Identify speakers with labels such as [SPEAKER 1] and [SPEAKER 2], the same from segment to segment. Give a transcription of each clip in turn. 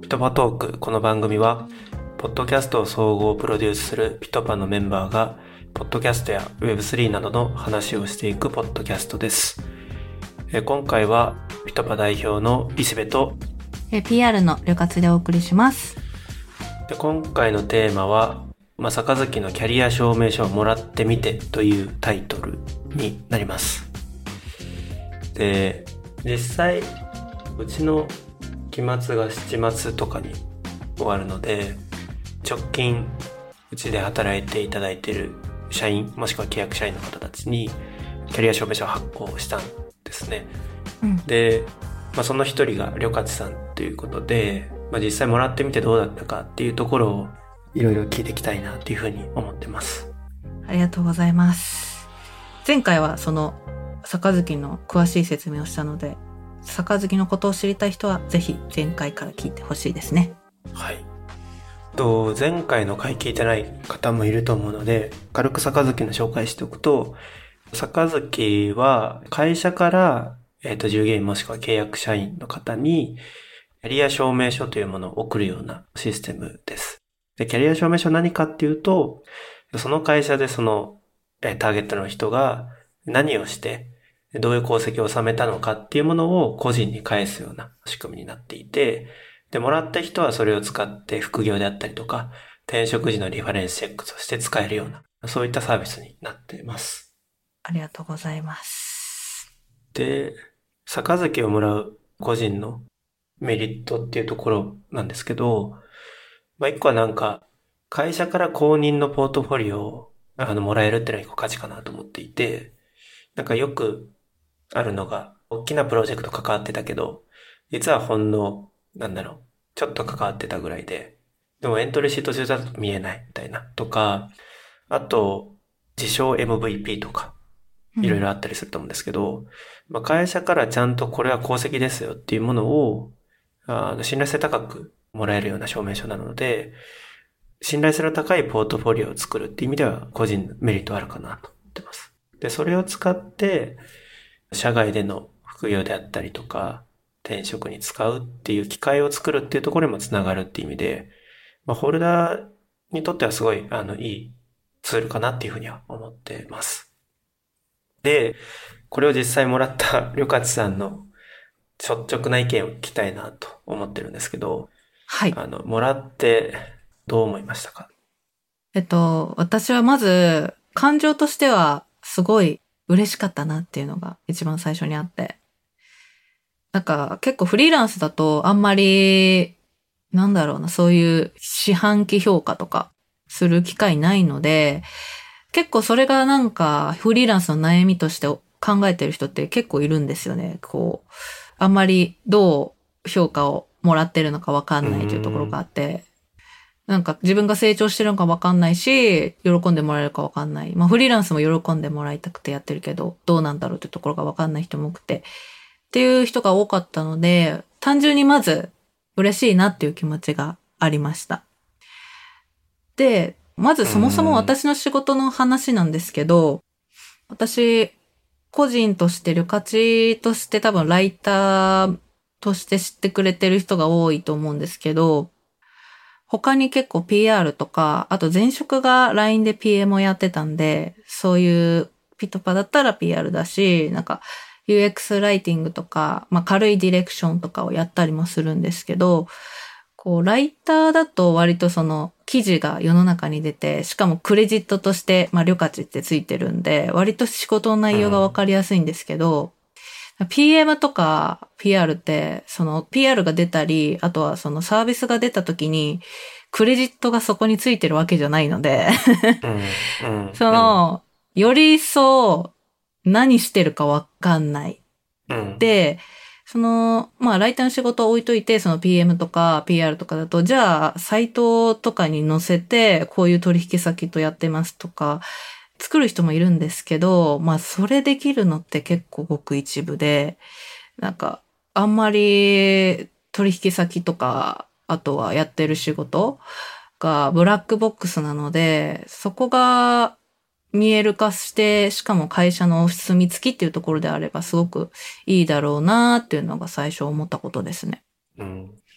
[SPEAKER 1] ピトパトーク。この番組はポッドキャストを総合プロデュースするピトパのメンバーがポッドキャストや Web3 などの話をしていくポッドキャストです。今回はピトパ代表の石部と
[SPEAKER 2] PR の旅活でお送りします。
[SPEAKER 1] で、今回のテーマは杯のキャリア証明書をもらってみてというタイトルになります。で、実際うちの期末が7月とかに終わるので、直近うちで働いていただいている社員もしくは契約社員の方たちにキャリア証明書を発行したんですね。で、その一人が旅活さんということで、実際もらってみてどうだったかっていうところをいろいろ聞いていきたいなっていうふうに思ってます。
[SPEAKER 2] ありがとうございます。前回はその杯の詳しい説明をしたので、杯のことを知りたい人はぜひ前回から聞いてほしいですね。
[SPEAKER 1] はい。前回の回聞いてない方もいると思うので、軽く杯の紹介しておくと、杯は会社から従業員もしくは契約社員の方にキャリア証明書というものを送るようなシステムです。で、キャリア証明書何かっていうと、その会社でそのターゲットの人が何をしてどういう功績を収めたのかっていうものを個人に返すような仕組みになっていて、で、もらった人はそれを使って副業であったりとか、転職時のリファレンスチェックとして使えるような、そういったサービスになっています。
[SPEAKER 2] ありがとうございます。
[SPEAKER 1] で、杯をもらう個人のメリットっていうところなんですけど、一個は会社から公認のポートフォリオをもらえるっていうのが一個価値かなと思っていて、よくあるのが、大きなプロジェクト関わってたけど、実はほんの、ちょっと関わってたぐらいで、でもエントリーシート中だと見えないみたいなとか、あと、自称 MVP とか、いろいろあったりすると思うんですけど、会社からちゃんとこれは功績ですよっていうものを、信頼性高くもらえるような証明書なので、信頼性の高いポートフォリオを作るっていう意味では個人のメリットあるかなと思ってます。で、それを使って、社外での副業であったりとか、転職に使うっていう機会を作るっていうところにもつながるっていう意味で、ホルダーにとってはすごい、いいツールかなっていうふうには思ってます。で、これを実際もらった旅活さんの率直な意見を聞きたいなと思ってるんですけど、
[SPEAKER 2] はい。
[SPEAKER 1] もらってどう思いましたか？
[SPEAKER 2] 私はまず感情としてはすごい嬉しかったなっていうのが一番最初にあって。結構フリーランスだとあんまり、そういう四半期評価とかする機会ないので、結構それがフリーランスの悩みとして考えてる人って結構いるんですよね。あんまりどう評価をもらってるのかわかんないというところがあって、自分が成長してるのかわかんないし、喜んでもらえるかわかんない。フリーランスも喜んでもらいたくてやってるけど、どうなんだろうっていうところがわかんない人も多くて、っていう人が多かったので、単純にまず嬉しいなっていう気持ちがありました。で、まずそもそも私の仕事の話なんですけど、私、個人として旅活として多分ライターとして知ってくれてる人が多いと思うんですけど、他に結構 PR とか、あと前職が LINE で PM をやってたんで、そういうピトパだったら PR だし、UX ライティングとか、軽いディレクションとかをやったりもするんですけど、ライターだと割とその記事が世の中に出て、しかもクレジットとして、旅活ってついてるんで、割と仕事の内容がわかりやすいんですけど、PM とか PR って、その PR が出たり、あとはそのサービスが出た時に、クレジットがそこについてるわけじゃないので、より一層何してるかわかんない。で、ライターの仕事を置いといて、その PM とか PR とかだと、じゃあ、サイトとかに載せて、こういう取引先とやってますとか、作る人もいるんですけど、それできるのって結構ごく一部で、あんまり取引先とか、あとはやってる仕事がブラックボックスなので、そこが見える化して、しかも会社の住み付きっていうところであればすごくいいだろうなっていうのが最初思ったことですね。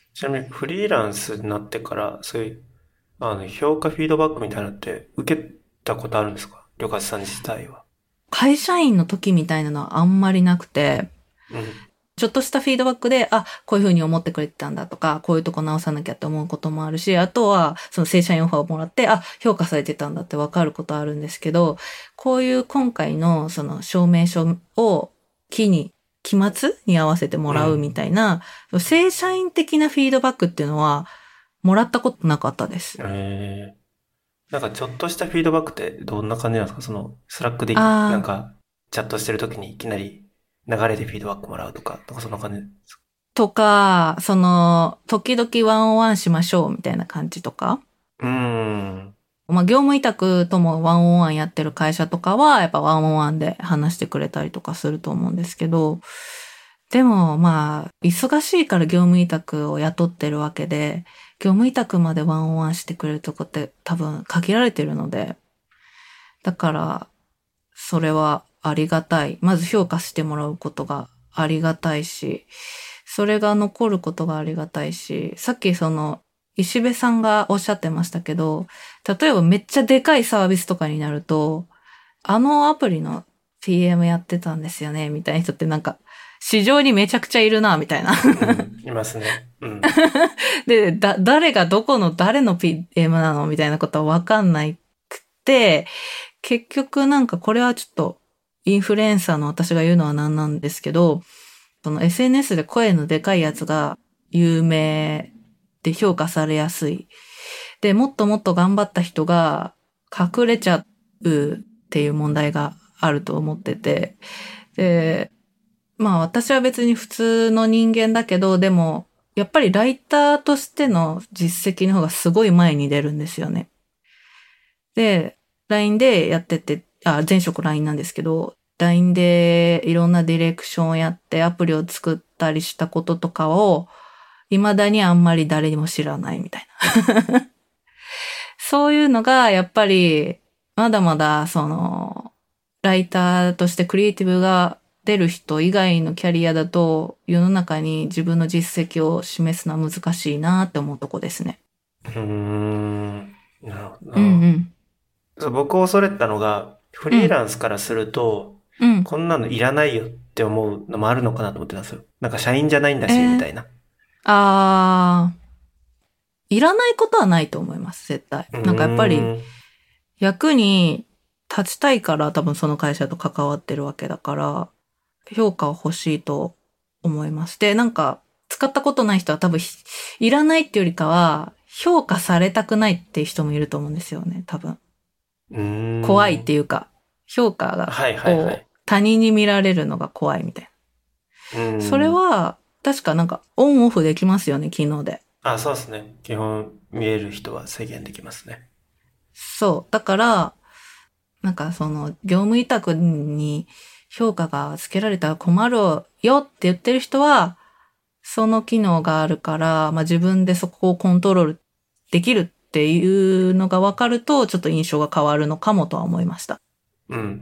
[SPEAKER 1] ちなみにフリーランスになってから、そういう、評価フィードバックみたいなのって受けたことあるんですか？りょかすさん自体は。
[SPEAKER 2] 会社員の時みたいなのはあんまりなくて、
[SPEAKER 1] うん。
[SPEAKER 2] ちょっとしたフィードバックで、あ、こういうふうに思ってくれてたんだとか、こういうとこ直さなきゃって思うこともあるし、あとは、その正社員オファーをもらって、あ、評価されてたんだってわかることあるんですけど、こういう今回のその証明書を機に、期末に合わせてもらうみ
[SPEAKER 1] うん。
[SPEAKER 2] たいな、正社員的なフィードバックっていうのは、もらったことなかったです。
[SPEAKER 1] えなんかちょっとしたフィードバックってどんな感じなんですか？その、スラックでなん
[SPEAKER 2] ああ、
[SPEAKER 1] か、チャットしてる時にいきなり流れでフィードバックもらうとか、なんかそんな感じですか？
[SPEAKER 2] とか、その、時々ワンオンワンしましょうみたいな感じとか。
[SPEAKER 1] うーん。
[SPEAKER 2] まあ、業務委託ともワンオンワンやってる会社とかは、やっぱワンオンワンで話してくれたりとかすると思うんですけど、でもまあ、忙しいから業務委託を雇ってるわけで、業務委託までワンオンワンしてくれるとこって多分限られてるので、だから、それはありがたい。まず評価してもらうことがありがたいし、それが残ることがありがたいし、さっきその、石部さんがおっしゃってましたけど、例えばめっちゃでかいサービスとかになると、あのアプリの PM やってたんですよね、みたいな人ってなんか、市場にめちゃくちゃいるな、みたいな。
[SPEAKER 1] うん。いますね。うん。
[SPEAKER 2] で、誰がどこの誰の PM なのみたいなことはわかんないくて、結局なんかこれはちょっとインフルエンサーの私が言うのはなんなんですけど、その SNS で声のでかいやつが有名で評価されやすい。で、もっともっと頑張った人が隠れちゃうっていう問題があると思ってて。で、まあ私は別に普通の人間だけど、でも、やっぱりライターとしての実績の方がすごい前に出るんですよね。で、LINE でやってて、前職 LINE なんですけど、LINE でいろんなディレクションをやってアプリを作ったりしたこととかを、未だにあんまり誰にも知らないみたいな。そういうのが、やっぱり、まだまだ、その、ライターとしてクリエイティブが出る人以外のキャリアだと、世の中に自分の実績を示すのは難しいなって思うとこですね。
[SPEAKER 1] うーん。なるほど
[SPEAKER 2] うんう
[SPEAKER 1] な。
[SPEAKER 2] ん。
[SPEAKER 1] そう、僕恐れてたのが、フリー
[SPEAKER 2] うん。
[SPEAKER 1] ランスからすると、
[SPEAKER 2] うん。
[SPEAKER 1] こんなのいらないよって思うのもあるのかなと思ってたんですよ。なんか社員じゃないんだし、み
[SPEAKER 2] えー、
[SPEAKER 1] たいな。
[SPEAKER 2] あいらないことはないと思います、絶対。
[SPEAKER 1] うー
[SPEAKER 2] なんかやっぱり、
[SPEAKER 1] ん。
[SPEAKER 2] 役に立ちたいから多分その会社と関わってるわけだから、評価は欲しいと思います。で、なんか、使ったことない人は多分いらないっていうよりかは、評価されたくないっていう人もいると思うんですよね、多分。
[SPEAKER 1] うー
[SPEAKER 2] 怖いって
[SPEAKER 1] ん。
[SPEAKER 2] いうか、評価が、
[SPEAKER 1] はいはいはい。
[SPEAKER 2] こう、他人に見られるのが怖いみたいな。
[SPEAKER 1] うー
[SPEAKER 2] それ
[SPEAKER 1] ん。
[SPEAKER 2] は、確かなんか、オンオフできますよね、機能で。
[SPEAKER 1] あ、そうですね。基本見える人は制限できますね。
[SPEAKER 2] そう。だから、なんかその、業務委託に評価がつけられたら困るよって言ってる人は、その機能があるから、まあ、自分でそこをコントロールできるっていうのが分かると、ちょっと印象が変わるのかもとは思いました。
[SPEAKER 1] うんうんうん。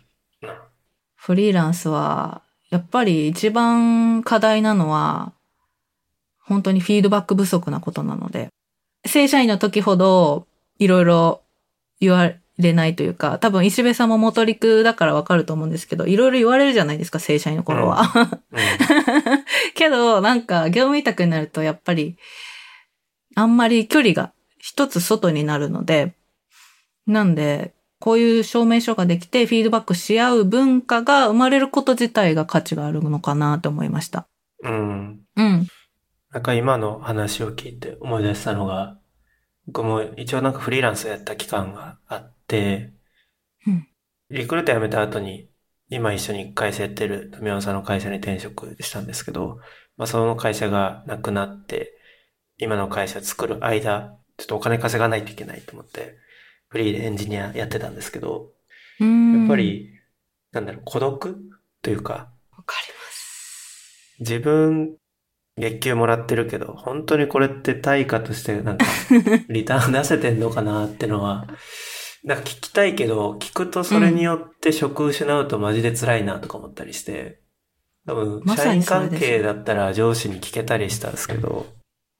[SPEAKER 2] フリーランスは、やっぱり一番課題なのは、本当にフィードバック不足なことなので、正社員の時ほど、いろいろ言われないというか、多分石部さんも元陸だからわかると思うんですけど、いろいろ言われるじゃないですか、正社員の頃
[SPEAKER 1] うん。
[SPEAKER 2] は。
[SPEAKER 1] うん。
[SPEAKER 2] けど、なんか、業務委託になると、やっぱり、あんまり距離が一つ外になるので、なんで、こういう証明書ができて、フィードバックし合う文化が生まれること自体が価値があるのかなと思いました。
[SPEAKER 1] うん。
[SPEAKER 2] うん。
[SPEAKER 1] なんか今の話を聞いて思い出したのが、僕も一応なんかフリーランスやった期間があって、
[SPEAKER 2] うん。
[SPEAKER 1] リクルート辞めた後に、今一緒に会社やってる富山さんの会社に転職したんですけど、まあその会社がなくなって、今の会社作る間、ちょっとお金稼がないといけないと思って、フリーでエンジニアやってたんですけど、
[SPEAKER 2] うー
[SPEAKER 1] やっぱ
[SPEAKER 2] ん。
[SPEAKER 1] り、なんだろう、孤独というか、
[SPEAKER 2] わかります。
[SPEAKER 1] 自分、月給もらってるけど、本当にこれって対価としてなんか、リターン出せてんのかなってのは、なんか聞きたいけど、聞くとそれに
[SPEAKER 2] うん。
[SPEAKER 1] よって職失うとマジで辛いなとか思ったりして、多分、
[SPEAKER 2] まさに
[SPEAKER 1] 社員
[SPEAKER 2] それです。
[SPEAKER 1] 関係だったら上司に聞けたりしたんですけど、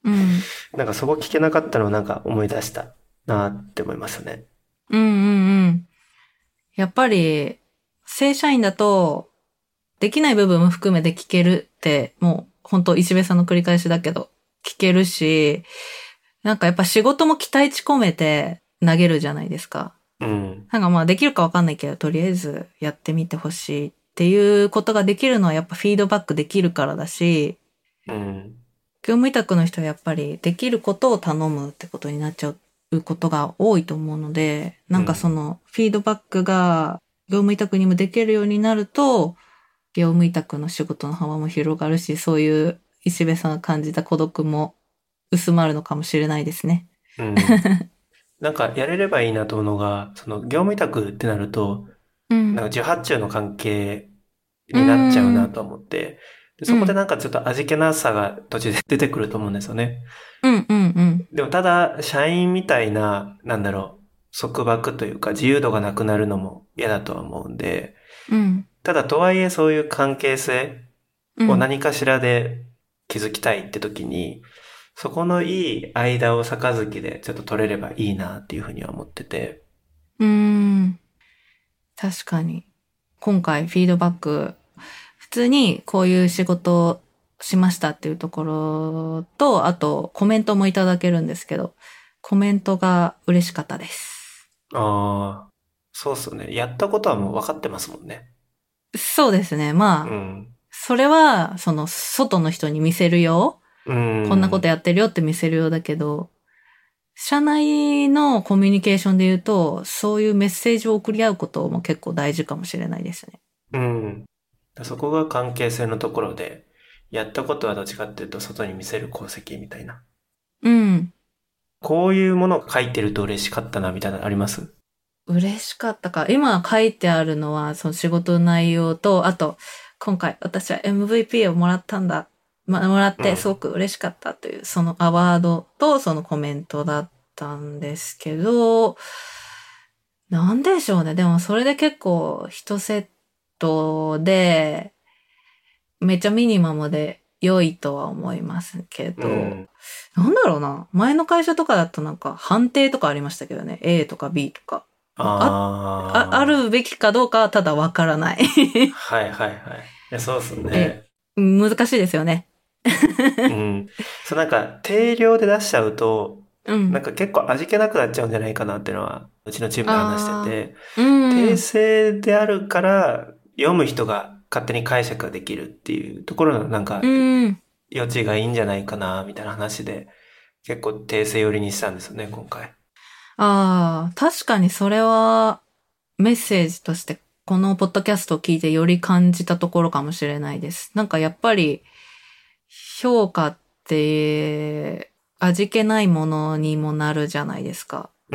[SPEAKER 2] うん。
[SPEAKER 1] なんかそこ聞けなかったのをなんか思い出したなって思いますね。
[SPEAKER 2] うんうんうん。やっぱり、正社員だと、できない部分も含めて聞けるって、もう、本当石部さんの繰り返しだけど、聞けるし、なんかやっぱ仕事も期待値込めて投げるじゃないですか。
[SPEAKER 1] うん。
[SPEAKER 2] なんかまあできるかわかんないけど、とりあえずやってみてほしいっていうことができるのはやっぱフィードバックできるからだし、
[SPEAKER 1] うん。
[SPEAKER 2] 業務委託の人はやっぱりできることを頼むってことになっちゃうことが多いと思うので、なんかそ
[SPEAKER 1] うん。
[SPEAKER 2] のフィードバックが業務委託にもできるようになると、業務委託の仕事の幅も広がるし、そういう石部さんが感じた孤独も薄まるのかもしれないですね。
[SPEAKER 1] うん。なんかやれればいいなと思うのが、その業務委託ってなると、
[SPEAKER 2] うん。
[SPEAKER 1] なんか受発注の関係
[SPEAKER 2] うー
[SPEAKER 1] になっちゃうな
[SPEAKER 2] ん。
[SPEAKER 1] と思って、でそこで
[SPEAKER 2] うん。
[SPEAKER 1] なんかちょっと味気なさが途中で出てくると思うんですよね。
[SPEAKER 2] うん。うん。うん。
[SPEAKER 1] でもただ、社員みたいな、なんだろう、束縛というか自由度がなくなるのも嫌だとは思うんで、
[SPEAKER 2] うん。
[SPEAKER 1] ただとはいえそういう関係性
[SPEAKER 2] うん。
[SPEAKER 1] を何かしらで築きたいって時に、そこのいい間を杯でちょっと取れればいいなっていうふうには思ってて。
[SPEAKER 2] うーん。確かに。今回フィードバック、普通にこういう仕事をしましたっていうところと、あとコメントもいただけるんですけど、コメントが嬉しかったです。
[SPEAKER 1] ああ、そうっすよね。やったことはもう分かってますもんね。
[SPEAKER 2] そうですね。まあ、
[SPEAKER 1] うん。
[SPEAKER 2] それは、その、外の人に見せるよ。
[SPEAKER 1] う
[SPEAKER 2] こんなこと
[SPEAKER 1] ん。
[SPEAKER 2] やってるよって見せるようだけど、社内のコミュニケーションで言うと、そういうメッセージを送り合うことも結構大事かもしれないですね。
[SPEAKER 1] うん。そこが関係性のところで、やったことはどっちかっていうと外に見せる功績みたいな。
[SPEAKER 2] うん。
[SPEAKER 1] こういうものを書いてると嬉しかったなみたいなのあります？
[SPEAKER 2] 嬉しかったか。今書いてあるのは、その仕事の内容と、あと、今回私は MVP をもらったんだ。もらってすご
[SPEAKER 1] うん。
[SPEAKER 2] く嬉しかったという、そのアワードとそのコメントだったんですけど、なんでしょうね。でもそれで結構一セットで、めっちゃミニマムで良いとは思いますけど、
[SPEAKER 1] うん。
[SPEAKER 2] なんだろうな。前の会社とかだとなんか判定とかありましたけどね。A とか B とか。あ
[SPEAKER 1] ああ、
[SPEAKER 2] るべきかどうかはただわからない。
[SPEAKER 1] はいはいはい。いや、そうっす
[SPEAKER 2] え、
[SPEAKER 1] ね。
[SPEAKER 2] 難しいですよね。
[SPEAKER 1] うん。そうなんか定量で出しちゃうと、
[SPEAKER 2] うん。
[SPEAKER 1] なんか結構味気なくなっちゃうんじゃないかなっていうのは、うちのチームで話して
[SPEAKER 2] あ
[SPEAKER 1] て、
[SPEAKER 2] あ、うんう
[SPEAKER 1] 訂
[SPEAKER 2] ん。
[SPEAKER 1] 正であるから読む人が勝手に解釈ができるっていうところのなんか
[SPEAKER 2] うん。
[SPEAKER 1] 余地がいいんじゃないかなみたいな話で結構訂正寄りにしたんですよね、今回。
[SPEAKER 2] ああ、確かにそれはメッセージとしてこのポッドキャストを聞いてより感じたところかもしれないです。なんかやっぱり評価って味気ないものにもなるじゃないですか。
[SPEAKER 1] うん。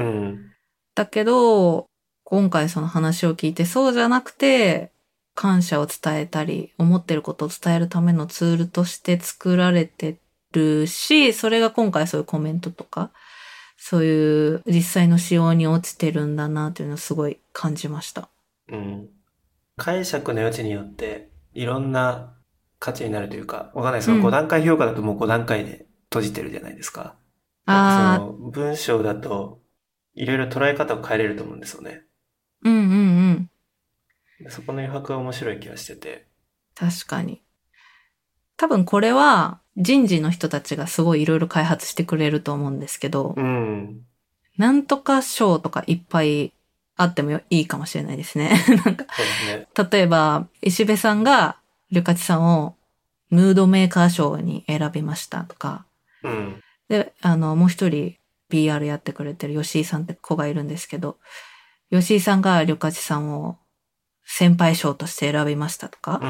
[SPEAKER 2] だけど、今回その話を聞いてそうじゃなくて、感謝を伝えたり、思ってることを伝えるためのツールとして作られてるし、それが今回そういうコメントとか、そういう実際の仕様に落ちてるんだなというのをすごい感じました。
[SPEAKER 1] うん。解釈の余地によっていろんな価値になるというか、わかんない。その
[SPEAKER 2] うん。
[SPEAKER 1] 5段階評価だともう5段階で閉じてるじゃないですか。なんかそ
[SPEAKER 2] ああ、
[SPEAKER 1] の文章だといろいろ捉え方を変えれると思うんですよね。
[SPEAKER 2] うんうんうん。
[SPEAKER 1] そこの余白は面白い気がしてて。
[SPEAKER 2] 確かに。多分これは人事の人たちがすごいいろいろ開発してくれると思うんですけど、
[SPEAKER 1] うん。
[SPEAKER 2] なんとか賞とかいっぱいあってもいいかもしれないですね。なんか、
[SPEAKER 1] そうですね。
[SPEAKER 2] 例えば、石部さんが、リュカチさんをムードメーカー賞に選びましたとか、
[SPEAKER 1] うん。
[SPEAKER 2] で、もう一人 PR やってくれてる吉井さんって子がいるんですけど、吉井さんがリュカチさんを先輩賞として選びましたとか、
[SPEAKER 1] うん。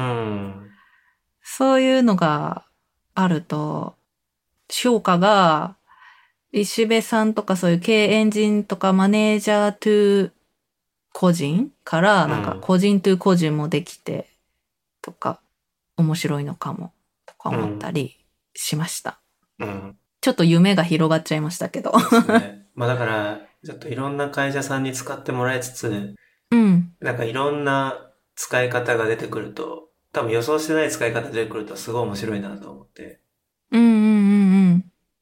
[SPEAKER 2] そういうのがあると、評価が石部さんとかそういう経営エンジンとかマネージャートゥ個人からなんか
[SPEAKER 1] うん。
[SPEAKER 2] 個人トゥ個人もできてとか面白いのかもとか思った
[SPEAKER 1] うん。
[SPEAKER 2] りしました。
[SPEAKER 1] うん。
[SPEAKER 2] ちょっと夢が広がっちゃいましたけど。
[SPEAKER 1] そうですね。まあだから、ちょっといろんな会社さんに使ってもらいつつ、
[SPEAKER 2] うん。
[SPEAKER 1] なんかいろんな使い方が出てくると、多分予想してない使い方出てくるとすごい面白いなと思って。
[SPEAKER 2] うんうんうんうん。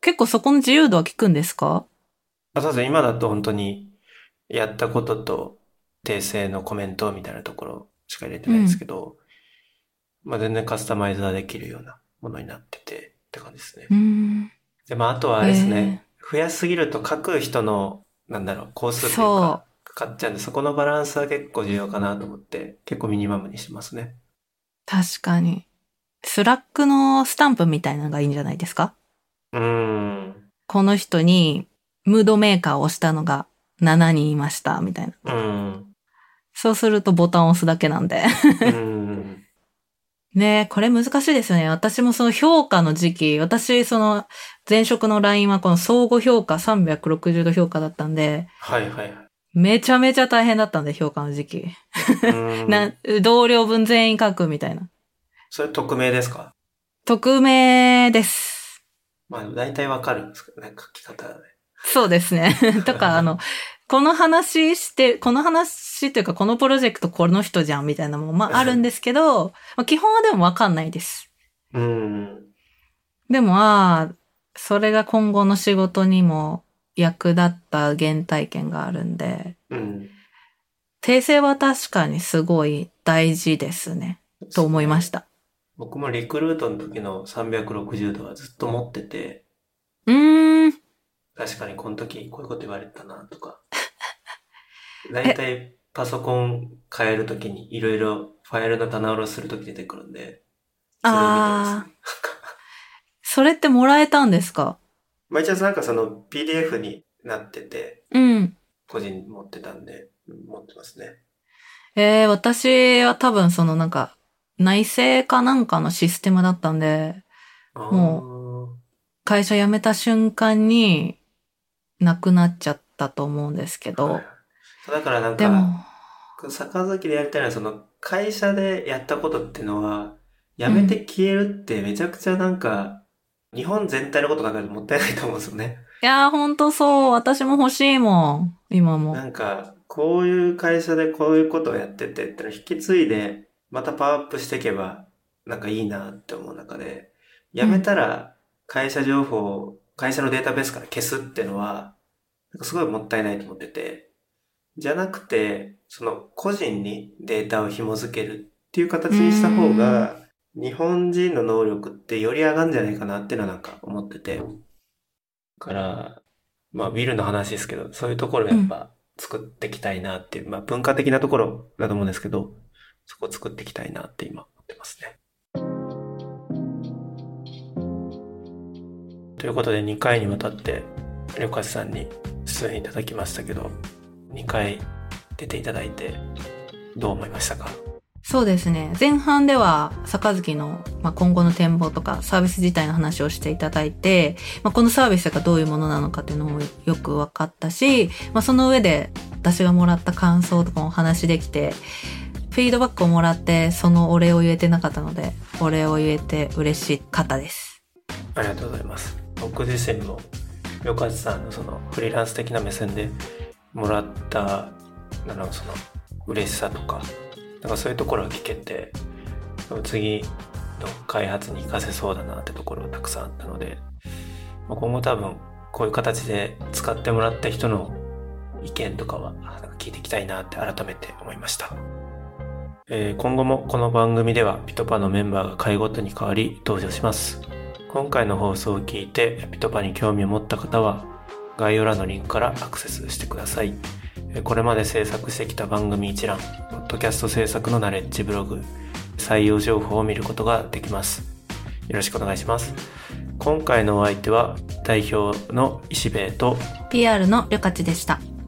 [SPEAKER 2] 結構そこの自由度は効くんですか？
[SPEAKER 1] そうですね。今だと本当にやったことと訂正のコメントみたいなところしか入れてないんですけど、全然カスタマイズができるようなものになっててって感じですね。で、あとはあれですね。増やしすぎると書く人の、工数っていうか、かかっちゃうんで、そこのバランスは結構重要かなと思って、結構ミニマムにしてますね。
[SPEAKER 2] 確かに。スラックのスタンプみたいなのがいいんじゃないですか？この人にムードメーカーを押したのが7人いました、みたいな。そうするとボタンを押すだけなんで。ねえ、これ難しいですよね。私もその評価の時期、私その前職の LINE はこの相互評価360度評価だったんで、めちゃめちゃ大変だったんで、評価の時期。同僚分全員書くみたいな。
[SPEAKER 1] それ匿名ですか？
[SPEAKER 2] 匿名です。
[SPEAKER 1] 大体わかるんですけどね、書き方はね。
[SPEAKER 2] そうですね。とか、この話というか、このプロジェクトこの人じゃんみたいなのも、あるんですけど、基本はでもわかんないです。でも、それが今後の仕事にも役立った原体験があるんで、訂正は確かにすごい大事ですね、と思いました。
[SPEAKER 1] 僕もリクルートの時の360度はずっと持ってて、確かにこの時こういうこと言われたなとか。だいたいパソコン変える時にいろいろファイルの棚卸しする時出てくるんで、それを見てますね。
[SPEAKER 2] それってもらえたんですか？
[SPEAKER 1] 一応その PDF になってて、個人持ってたんで、持ってますね。
[SPEAKER 2] 私は多分内製かなんかのシステムだったんで、もう、会社辞めた瞬間になくなっちゃったと思うんですけど。
[SPEAKER 1] だからでも、坂崎でやりたいのはその会社でやったことっていうのは、辞めて消えるってめちゃくちゃ日本全体のこと考えるともったいないと思うんですよね。
[SPEAKER 2] いやー、ほんとそう。私も欲しいもん。今も。
[SPEAKER 1] こういう会社でこういうことをやっててってのを引き継いで、またパワーアップしていけば、いいなって思う中で、辞めたら会社情報を会社のデータベースから消すっていうのは、すごいもったいないと思ってて、じゃなくて、その個人にデータを紐づけるっていう形にした方が、日本人の能力ってより上がるんじゃないかなっていうのは思ってて。だから、ビルの話ですけど、そういうところやっぱ作っていきたいなっていう、文化的なところだと思うんですけど、そこを作っていきたいなって今思ってますね。ということで2回にわたってりょかさんに出演いただきましたけど、2回出ていただいてどう思いましたか？
[SPEAKER 2] そうですね。前半では坂月の今後の展望とかサービス自体の話をしていただいて、このサービスがどういうものなのかっていうのもよく分かったし、その上で私がもらった感想とかもお話できて、フィードバックをもらってそのお礼を言えてなかったので、お礼を言えて嬉しかったです。
[SPEAKER 1] ありがとうございます。僕自身もりょかさんのそのフリーランス的な目線でもらったその嬉しさとか、そういうところが聞けて、次の開発に活かせそうだなってところがたくさんあったので、今後多分こういう形で使ってもらった人の意見とかは聞いていきたいなって改めて思いました。今後もこの番組ではピトパのメンバーが回ごとに変わり登場します。今回の放送を聞いてピトパに興味を持った方は概要欄のリンクからアクセスしてください。これまで制作してきた番組一覧、ポッドキャスト制作のナレッジブログ、採用情報を見ることができます。よろしくお願いします。今回のお相手は代表の石兵と
[SPEAKER 2] PR のりょかちでした。